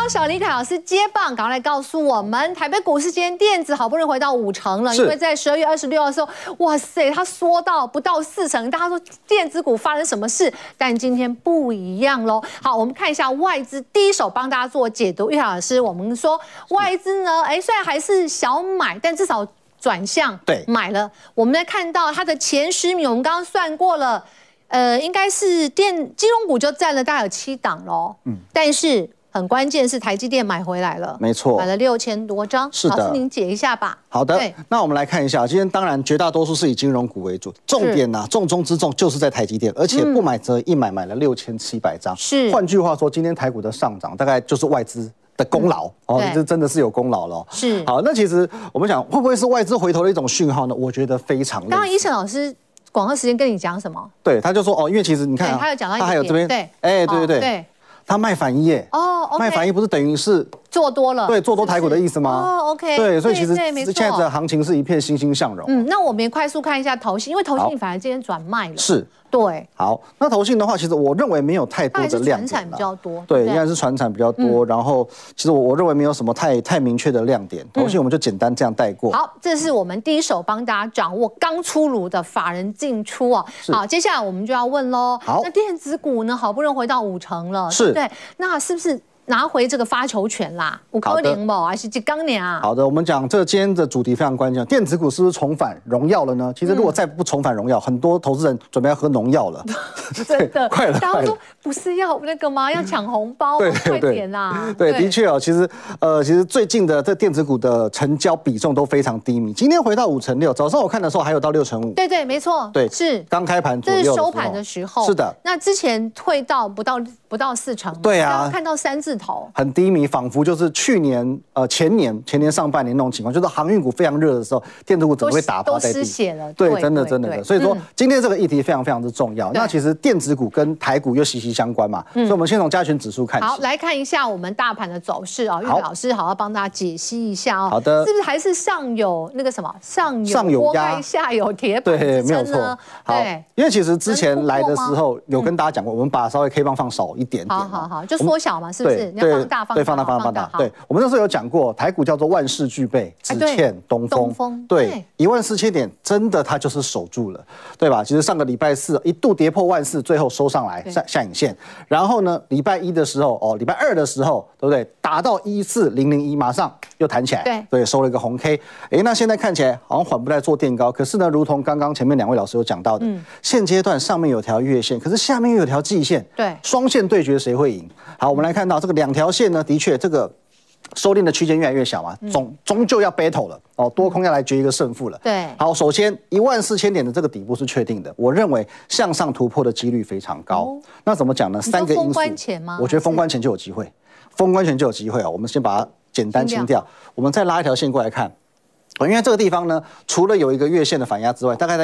小李凯老师接棒，赶快来告诉我们，台北股市今天电子好不容易回到5成了，因为在12月26号的时候，哇塞，它缩到不到4成，大家说电子股发生什么事？但今天不一样喽。好，我们看一下外资第一手帮大家做解读。玉海老师，我们说外资呢，虽然还是小买，但至少转向买了。我们来看到它的前10名，我们刚刚算过了。应该是金融股就占了大概有7档喽，但是很关键是台积电买回来了， 没错， 买了6000多张。 是的， 老师您解一下吧。 好的，那我们来看一下，今天当然绝大多数是以金融股为主，重点呐，重中之重就是在台积电，而且不买则一买，买了6700张。 是， 换句话说，今天台股的上涨大概就是外资的功劳哦，这真的是有功劳了。 是， 好，那其实我们想会不会是外资回头的一种讯号呢？我觉得非常。 刚刚医生老师。广告时间跟你讲什么？ 对，他就说因为其实你看， 他有讲到， 他还有这边，对，对，他卖反一耶，卖反一不是等于是做多了， 对，做多台股的意思吗 ？OK， 对，所以其实现在的行情是一片欣欣向荣。 那我们也快速看一下投信，因为投信反而今天转卖了， 是。 对， 好，那投信的话，其实我认为没有太多的亮点， 传产比较多， 对，应该是传产比较多。然后，其实我认为没有什么太明确的亮点，投信我们就简单这样带过。 好，这是我们第一手帮大家掌握刚出炉的法人进出哦。好，接下来我们就要问喽。 好， 那电子股呢，好不容易回到5成了， 是， 对，那是不是？拿回这个发球权啦，5颗0不，还是几刚年啊？ 好的，我们讲这今天的主题非常关键，电子股是不是重返荣耀了呢？其实如果再不重返荣耀，很多投资人准备要喝农药了。 真的， 快了， 大家说不是要那个吗？要抢红包吗？快点啦！ 对，的确其实最近的这电子股的成交比重都非常低迷，今天回到5成6，早上我看的时候还有到6成5。 对，没错， 对， 是刚开盘左右， 这是收盘的时候。 是的， 那之前退到不到4成， 对啊， 看到3字头， 很低迷，仿佛就是去年前年上半年那种情况，就是航运股非常热的时候，电子股怎么会打趴在地？ 都失血了。 对，真的。所以说今天这个议题非常非常之重要。那其实电子股跟台股又息息相关嘛，所以我们先从加权指数看起。 好，来看一下我们大盘的走势啊，玉老师好好帮大家解析一下哦。 好的， 是不是还是上有那个什么上有锅盖下有铁板？ 对，没有错。好，因为其实之前来的时候有跟大家讲过，我们把稍微 K 棒放少一点点。 好，就缩小嘛，是不是？你要放大。 对，放大。对，我们那时候有讲过，台股叫做万事俱备，只欠东风。对，14000点，真的它就是守住了，对吧？其实上个礼拜4一度跌破14000，最后收上来下影线。然后呢，礼拜1的时候，礼拜2的时候，对不对？达到14001，马上又弹起来，对，收了一个红 K。那现在看起来好像缓步在做垫高，可是呢，如同刚刚前面2位老师有讲到的，现阶段上面有条月线，可是下面又有条季线， 对， 双线对决谁会赢？好，我们来看到这个2条线呢，的确这个收敛的区间越来越小嘛，终究要 battle 了多空要来决一个胜负了。 对， 好，首先14000点的这个底部是确定的，我认为向上突破的几率非常高。那怎么讲呢？3个因素。封关前吗？ 我觉得封关前就有机会，封关前就有机会我们先把它简单清掉，我们再拉一条线过来看。因为这个地方呢，除了有一个月线的反压之外，大概在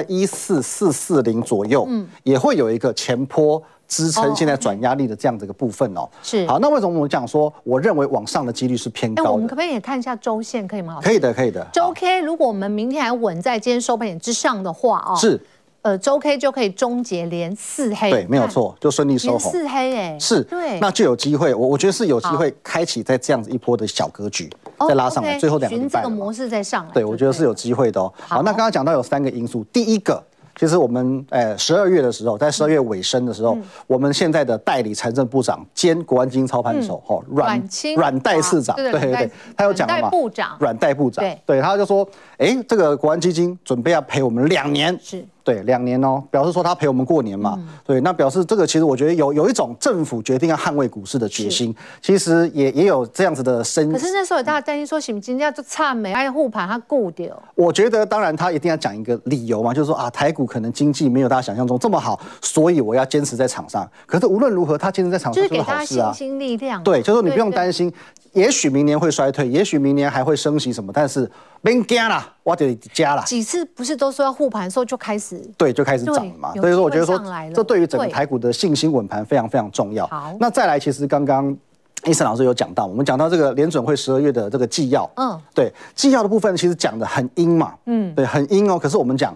14440左右，也会有一个前波支撑现在转压力的这样的一个部分是。 好，那为什么我们讲说，我认为往上的几率是偏高的？ 我们可不可以也看一下周线，可以吗？ 可以的。 周 K 如果我们明天还稳在今天收盘点之上的话是。 周 K 就可以终结连4黑， 对，没有错，就顺利收红。 连4黑是， 对， 那就有机会，我觉得是有机会开启在这样子一波的小格局，再拉上来，最后2个礼拜循这个模式再上来。 对，我觉得是有机会的好，那刚刚讲到有3个因素，第一个。其实我们12月的时候，在12月尾声的时候，我们现在的代理财政部长兼国安基金操盘手阮代次长，对，他有讲了嘛，阮代部长，对，他就说，这个国安基金准备要陪我们2年， 是。 对，2年表示说他陪我们过年嘛，对，那表示这个其实我觉得有一种政府决定要捍卫股市的决心，其实也有这样子的声音。 可是那时候大家担心说，行今天就差没，还有护盘他顾掉。 我觉得当然他一定要讲一个理由嘛，就是说台股可能经济没有大家想象中这么好，所以我要坚持在场上。可是无论如何，他坚持在场上就是给大家信心力量。 对，就是说你不用担心，也许明年会衰退，也许明年还会升息什么，但是别惊啦，我得加啦。 几次不是都说要护盘的时候就开始涨了嘛，所以说我觉得说这对于整个台股的信心稳盘非常非常重要。 好， 那再来，其实刚刚医生老师有讲到，我们讲到这个联准会12月的这个纪要，对纪要的部分其实讲的很阴嘛，对，很阴可是我们讲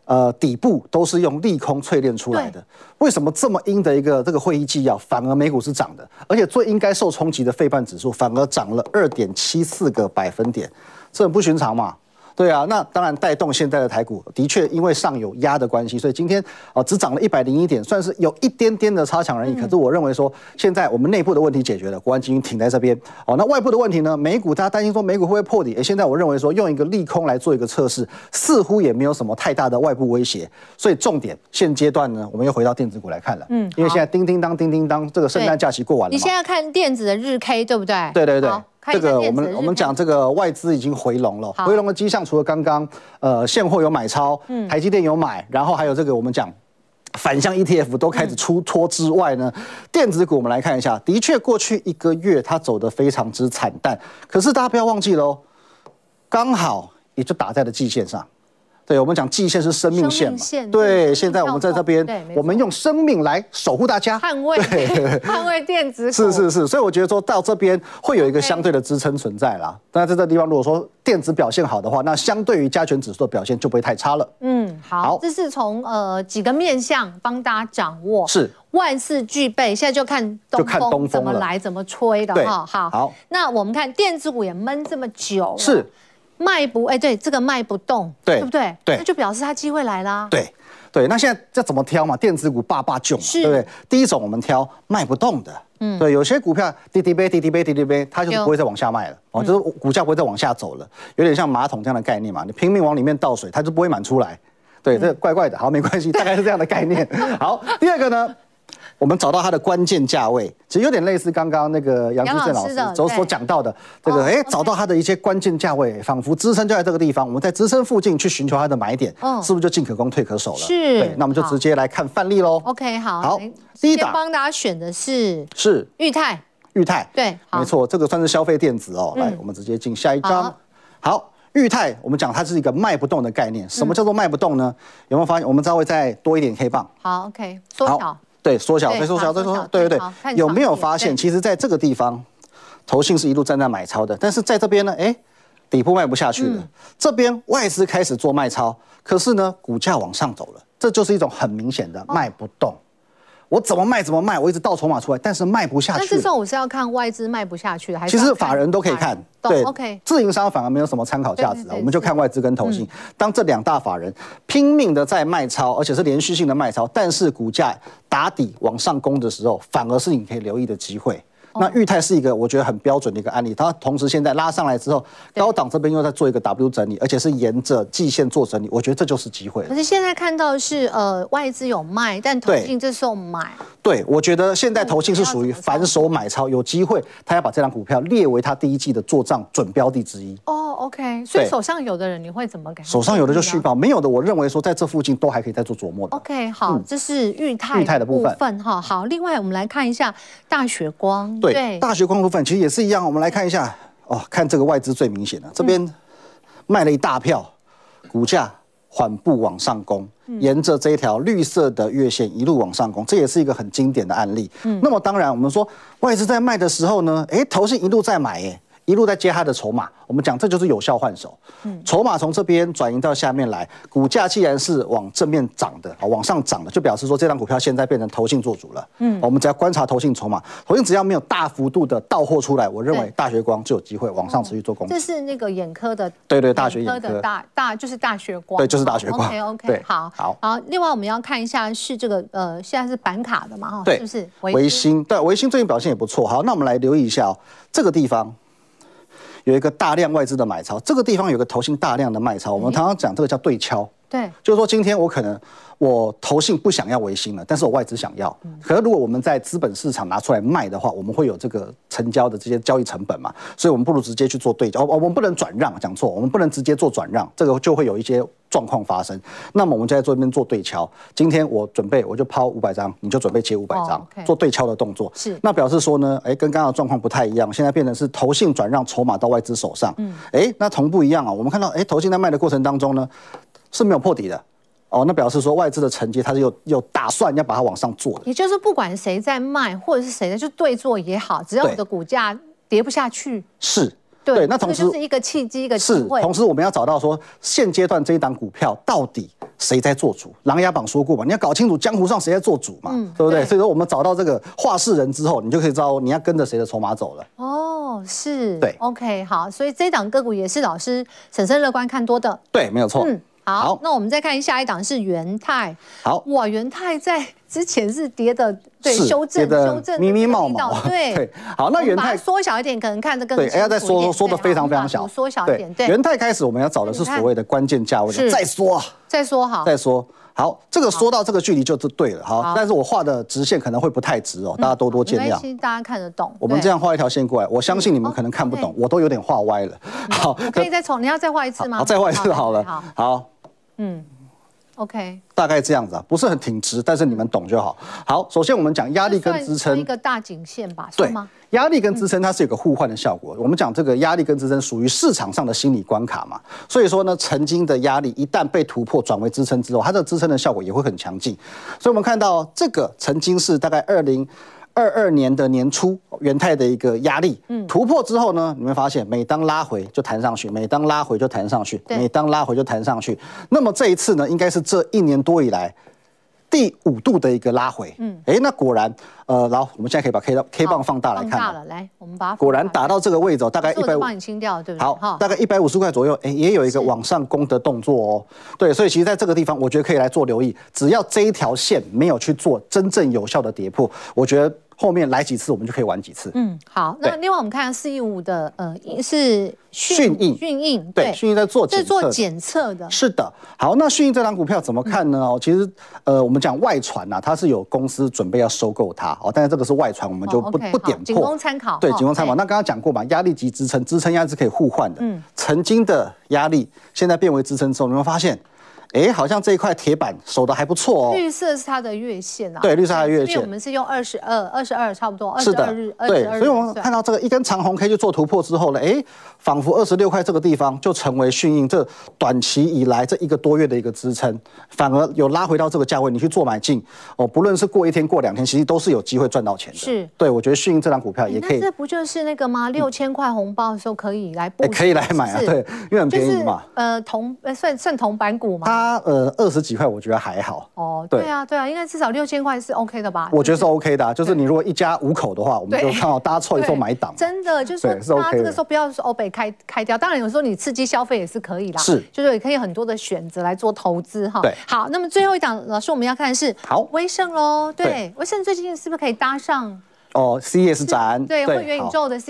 底部都是用利空淬炼出来的。为什么这么阴的一个这个会议纪要，反而美股是涨的，而且最应该受冲击的费半指数反而涨了2.74个百分点，这很不寻常嘛？对啊，那当然带动现在的台股，的确因为上有压的关系，所以今天只涨了101点，算是有一点点的差强人意。可是我认为说，现在我们内部的问题解决了，国安基金停在这边。那外部的问题呢？美股大家担心说美股会不会破底？现在我认为说用一个利空来做一个测试，似乎也没有什么太大的外部威胁。所以重点现阶段呢，我们又回到电子股来看了。因为现在叮叮当叮叮当，这个圣诞假期过完了嘛。 你现在看电子的日 K 对不对？ 对对对。这个我们讲这个外资已经回笼了，回笼的迹象除了刚刚现货有买超，台积电有买，然后还有这个我们讲反向 ETF 都开始出脱之外呢，电子股我们来看一下，的确过去1个月它走得非常之惨淡，可是大家不要忘记喽，刚好也就打在了季线上。对，我们讲季线是生命线嘛，对，现在我们在这边，我们用生命来守护大家， 捍卫电子股， 是，所以我觉得说到这边会有一个相对的支撑存在啦。但在这地方，如果说电子表现好的话，那相对于加权指数的表现就不会太差了。 好，这是从几个面向帮大家掌握，是万事俱备，现在就看东风怎么来怎么吹的哈。好，那我们看电子股也闷这么久，是。卖不对，这个卖不动，对不对？对，那就表示它机会来啦。对，那现在要怎么挑嘛？电子股霸囧嘛，对不对？第一种我们挑卖不动的，对，有些股票滴滴杯，它就是不会再往下卖了，就是股价不会再往下走了，有点像马桶这样的概念嘛，你拼命往里面倒水，它就不会满出来。对，这怪怪的，好，没关系，大概是这样的概念。好，第二个呢？我们找到它的关键价位，其实有点类似刚刚那个杨基正老师所讲到的这个，找到它的一些关键价位，仿佛支撑就在这个地方，我们在支撑附近去寻求它的买点，是不是就进可攻退可守了？是，对，那我们就直接来看范例喽。OK， 好，第一档帮大家选的是裕泰，对，没错，这个算是消费电子哦。来，我们直接进下一张。好，裕泰，我们讲它是一个卖不动的概念，什么叫做卖不动呢？有没有发现？我们稍微再多一点 K 棒。好 ，OK， 缩小。对，缩小，再缩小，对，有没有发现，其实在这个地方，投信是一路站在买超的，但是在这边呢，底部卖不下去了，这边外资开始做卖超，可是呢，股价往上走了，这就是一种很明显的卖不动。我怎么卖，我一直倒筹码出来，但是卖不下去。那这时候我是要看外资卖不下去的，还是其实法人都可以看？对 ，OK， 自营商反而没有什么参考价值啊，我们就看外资跟投信。当这2大法人拼命的在卖超，而且是连续性的卖超，但是股价打底往上攻的时候，反而是你可以留意的机会。那裕泰是一个我觉得很标准的一个案例，它同时现在拉上来之后，高档这边又在做一个 W 整理，而且是沿着季线做整理，我觉得这就是机会。可是现在看到的是外资有卖，但投信这时候买。对，我觉得现在投信是属于反手买超，有机会他要把这张股票列为他第一季的作账准标的之一。OK， 所以手上有的人你会怎么给？手上有的就续报，没有的我认为说在这附近都还可以再做琢磨的。OK， 好，这是裕泰的部分哈。好，另外我们来看一下大雪光。对，大雪光部分其实也是一样，我们来看一下看这个外资最明显的，这边卖了一大票，股价缓步往上攻，沿着这一条绿色的月线一路往上攻，这也是一个很经典的案例。那么当然我们说外资在卖的时候呢，投信一路在买，一路在接它的筹码，我们讲这就是有效换手。筹码从这边转移到下面来，股价既然是往正面涨的，往上涨的，就表示说这张股票现在变成投信做主了。我们只要观察投信筹码，投信只要没有大幅度的到货出来，我认为大雪光就有机会往上持续做攻击。这是那个眼科的，对，大雪眼科的就是大雪光，对，就是大雪光。OK， 好。另外我们要看一下是这个现在是板卡的嘛，是不是？微星，对，微星最近表现也不错。好，那我们来留意一下这个地方。有一个大量外资的买超，这个地方有个投信大量的卖超，我们常常讲这个叫对敲。对，就是说今天我投信不想要微星了，但是我外资想要。可是如果我们在资本市场拿出来卖的话，我们会有这个成交的这些交易成本嘛，所以我们不如直接去做对焦。我们不能转让，讲错，我们不能直接做转让，这个就会有一些状况发生。那么我们就在这边做对敲。今天我就抛500张，你就准备接500张，做对敲的动作。是，那表示说呢，跟刚刚的状况不太一样，现在变成是投信转让筹码到外资手上。那同步一样啊，我们看到投信在卖的过程当中呢是没有破底的。那表示说外资的承接，它是有打算要把它往上做的。也就是不管谁在卖，或者是谁在就对做也好，只要我的股价跌不下去，是对，那同时就是一个契机，一个机会。 同时我们要找到说现阶段这一档股票到底谁在做主。琅琊榜说过嘛，你要搞清楚江湖上谁在做主嘛，对不对？所以说我们找到这个话事人之后，你就可以知道你要跟着谁的筹码走了。 哦，是， 对 ，OK， 好，所以这一档个股也是老师审慎乐观看多的。 对，没有错。 好，那我们再看下一档是元泰。 好， 哇，元泰在之前是跌的，对，修正密密毛毛， 对。 好，那元泰缩小一点，可能看得更对，要再说的非常非常小， 缩小一点。对， 元泰开始我们要找的是所谓的关键价位，再说好，再说。好，这个说到这个距离就是对了，好，但是我画的直线可能会不太直哦，大家多多见谅。 大家看得懂。 我们这样画一条线过来，我相信你们可能看不懂，我都有点画歪了。 好，可以再重，你要再画一次吗？ 好，再画一次好了。好。 OK， 大概这样子啊，不是很挺直，但是你们懂就好。好，首先我们讲压力跟支撑， 一个大颈线吧， 对吗？ 压力跟支撑它是有个互换的效果。我们讲这个压力跟支撑属于市场上的心理关卡嘛，所以说呢，曾经的压力一旦被突破转为支撑之后，它的支撑的效果也会很强劲。所以我们看到这个曾经是大概2022年的年初，元泰的一个压力突破之后呢，你会发现每当拉回就弹上去，每当拉回就弹上去，每当拉回就弹上去。那么这一次呢，应该是这1年多以来第5度的一个拉回。那果然，然后我们现在可以把 K 棒放大来看。放大了，来，我们把它果然打到这个位置，大概150， 帮你清掉，对不对？ 好，大概150块左右，也有一个往上攻的动作哦。对，所以其实在这个地方，我觉得可以来做留意。只要这一条线没有去做真正有效的跌破，我觉得后面来几次我们就可以玩几次。 好，那另外我们看415的是讯印， 对，讯印在做检测的。 是的，好，那讯印这档股票怎么看呢？其实我们讲外传啊，它是有公司准备要收购它，但是这个是外传，我们就不点破， 仅供参考。 对，仅供参考。那刚刚讲过嘛，压力及支撑，支撑压力是可以互换的。曾经的压力现在变为支撑之后，你会发现。好像这一块铁板守得还不错哦。 绿色是它的月线啊。 对，绿色它的月线。 我们是用22差不多 22日。对，所以我们看到这个一根长红 K 就做突破之后呢，仿佛26块这个地方就成为讯印这短期以来这1个多月的一个支撑，反而有拉回到这个价位，你去做买进不论是过1天过2天，其实都是有机会赚到钱的。 是， 对，我觉得讯印这档股票也可以。 那这不就是那个吗？6000块红包的时候可以来布局， 可以来买啊，对，因为很便宜嘛。 算铜板股吗？ 它20几块，我觉得还好。 对啊，应该至少6000块是 OK 的吧？ 我觉得是 OK 的，就是你如果一家5口的话，我们就看到大家凑一凑买档。真的就是说，大家这个时候不要说北开掉，当然有时候你刺激消费也是可以啦，就是也可以很多的选择来做投资哈。 对， 好，那么最后一档老师我们要看的是威盛喽。对，威盛最近是不是可以搭上？ CES 展对，会元宇宙的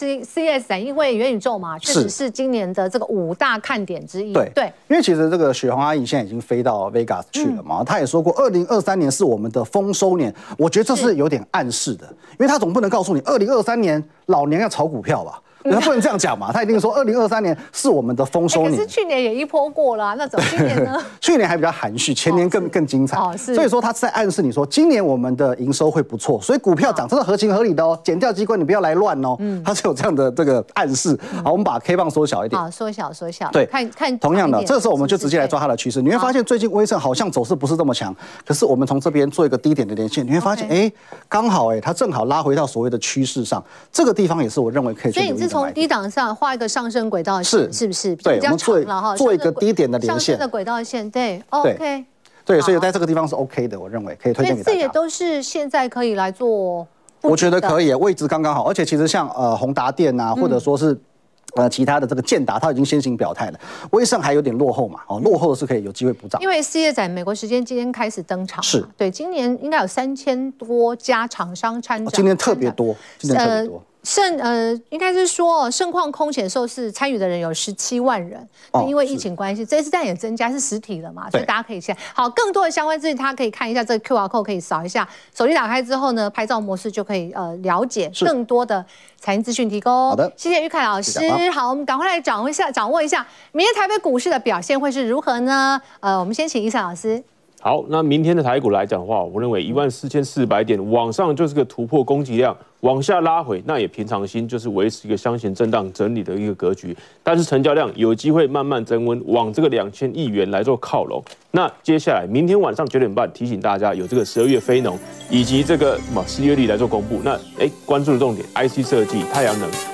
CES 展，因为元宇宙嘛，确实是今年的这个5大看点之一。 对，因为其实这个雪红阿姨现在已经飞到 Vegas 去了嘛，她也说过2023年是我们的丰收年，我觉得这是有点暗示的，因为她总不能告诉你2023年老娘要炒股票吧。他不能这样讲嘛，他一定说2023年是我们的丰收年。 可是去年也一波过了，那怎么今年呢？ 去年还比较含蓄，前年更精彩。所以说他是在暗示你说，今年我们的营收会不错，所以股票涨这是合情合理的哦。减掉机关你不要来乱哦，它是有这样的这个暗示。好，我们把 K 棒缩小一点。 好，缩小。 对， 看同样的，这个时候我们就直接来抓它的趋势。你会发现最近威盛好像走势不是这么强，可是我们从这边做一个低点的连线，你会发现刚好它正好拉回到所谓的趋势上，这个地方也是我认为可以去留意的买点。 所以你是从低档上画一个上升轨道线，是不是？ 对，我们做一个低点的连线， 上升的轨道线，对 ，OK。 对，所以在这个地方是 OK 的，我认为可以推荐给大家。 这也都是现在可以来做， 我觉得可以，位置刚刚好，而且其实像宏达电啊，或者说是其他的这个建达，它已经先行表态了。威盛还有点落后嘛，落后的是可以有机会补涨。 因为CES展美国时间今天开始登场， 是对，今年应该有3000多家厂商参展， 今年特别多， 应该是说盛况空前的时候是参与的人有17万人，因为疫情关系，这次但也增加是实体的嘛，所以大家可以先好更多的相关资讯，大家可以看一下这个 QR code， 可以扫一下，手机打开之后呢，拍照模式就可以了解更多的财经资讯提供。 好的， 谢谢玉凯老师。好，我们赶快来掌握一下明天台北股市的表现会是如何呢？我们先请伊森老师。 好，那明天的台股来讲的话，我认为14400点往上就是个突破攻击量，往下拉回，那也平常心，就是维持一个箱型震荡整理的一个格局。但是成交量有机会慢慢增温，往这个2000亿元来做靠拢。那接下来明天晚上9点半，提醒大家有这个12月非农以及这个失业率来做公布。那关注的重点 ，IC 设计、太阳能、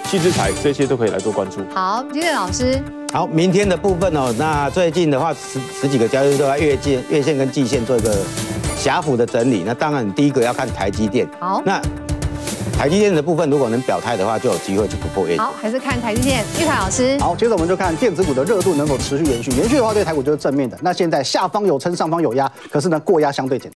矽智财这些都可以来做关注。 好，金正老师。 好，明天的部分哦，那最近的话十几个交易日都在月线跟季线做一个狭幅的整理。那当然，第一个要看台积电。 好， 那台积电的部分如果能表态的话，就有机会去突破月线。 好，还是看台积电。玉凯老师。 好，接着我们就看电子股的热度能否持续延续，延续的话对台股就是正面的。那现在下方有撑，上方有压，可是呢过压相对简单。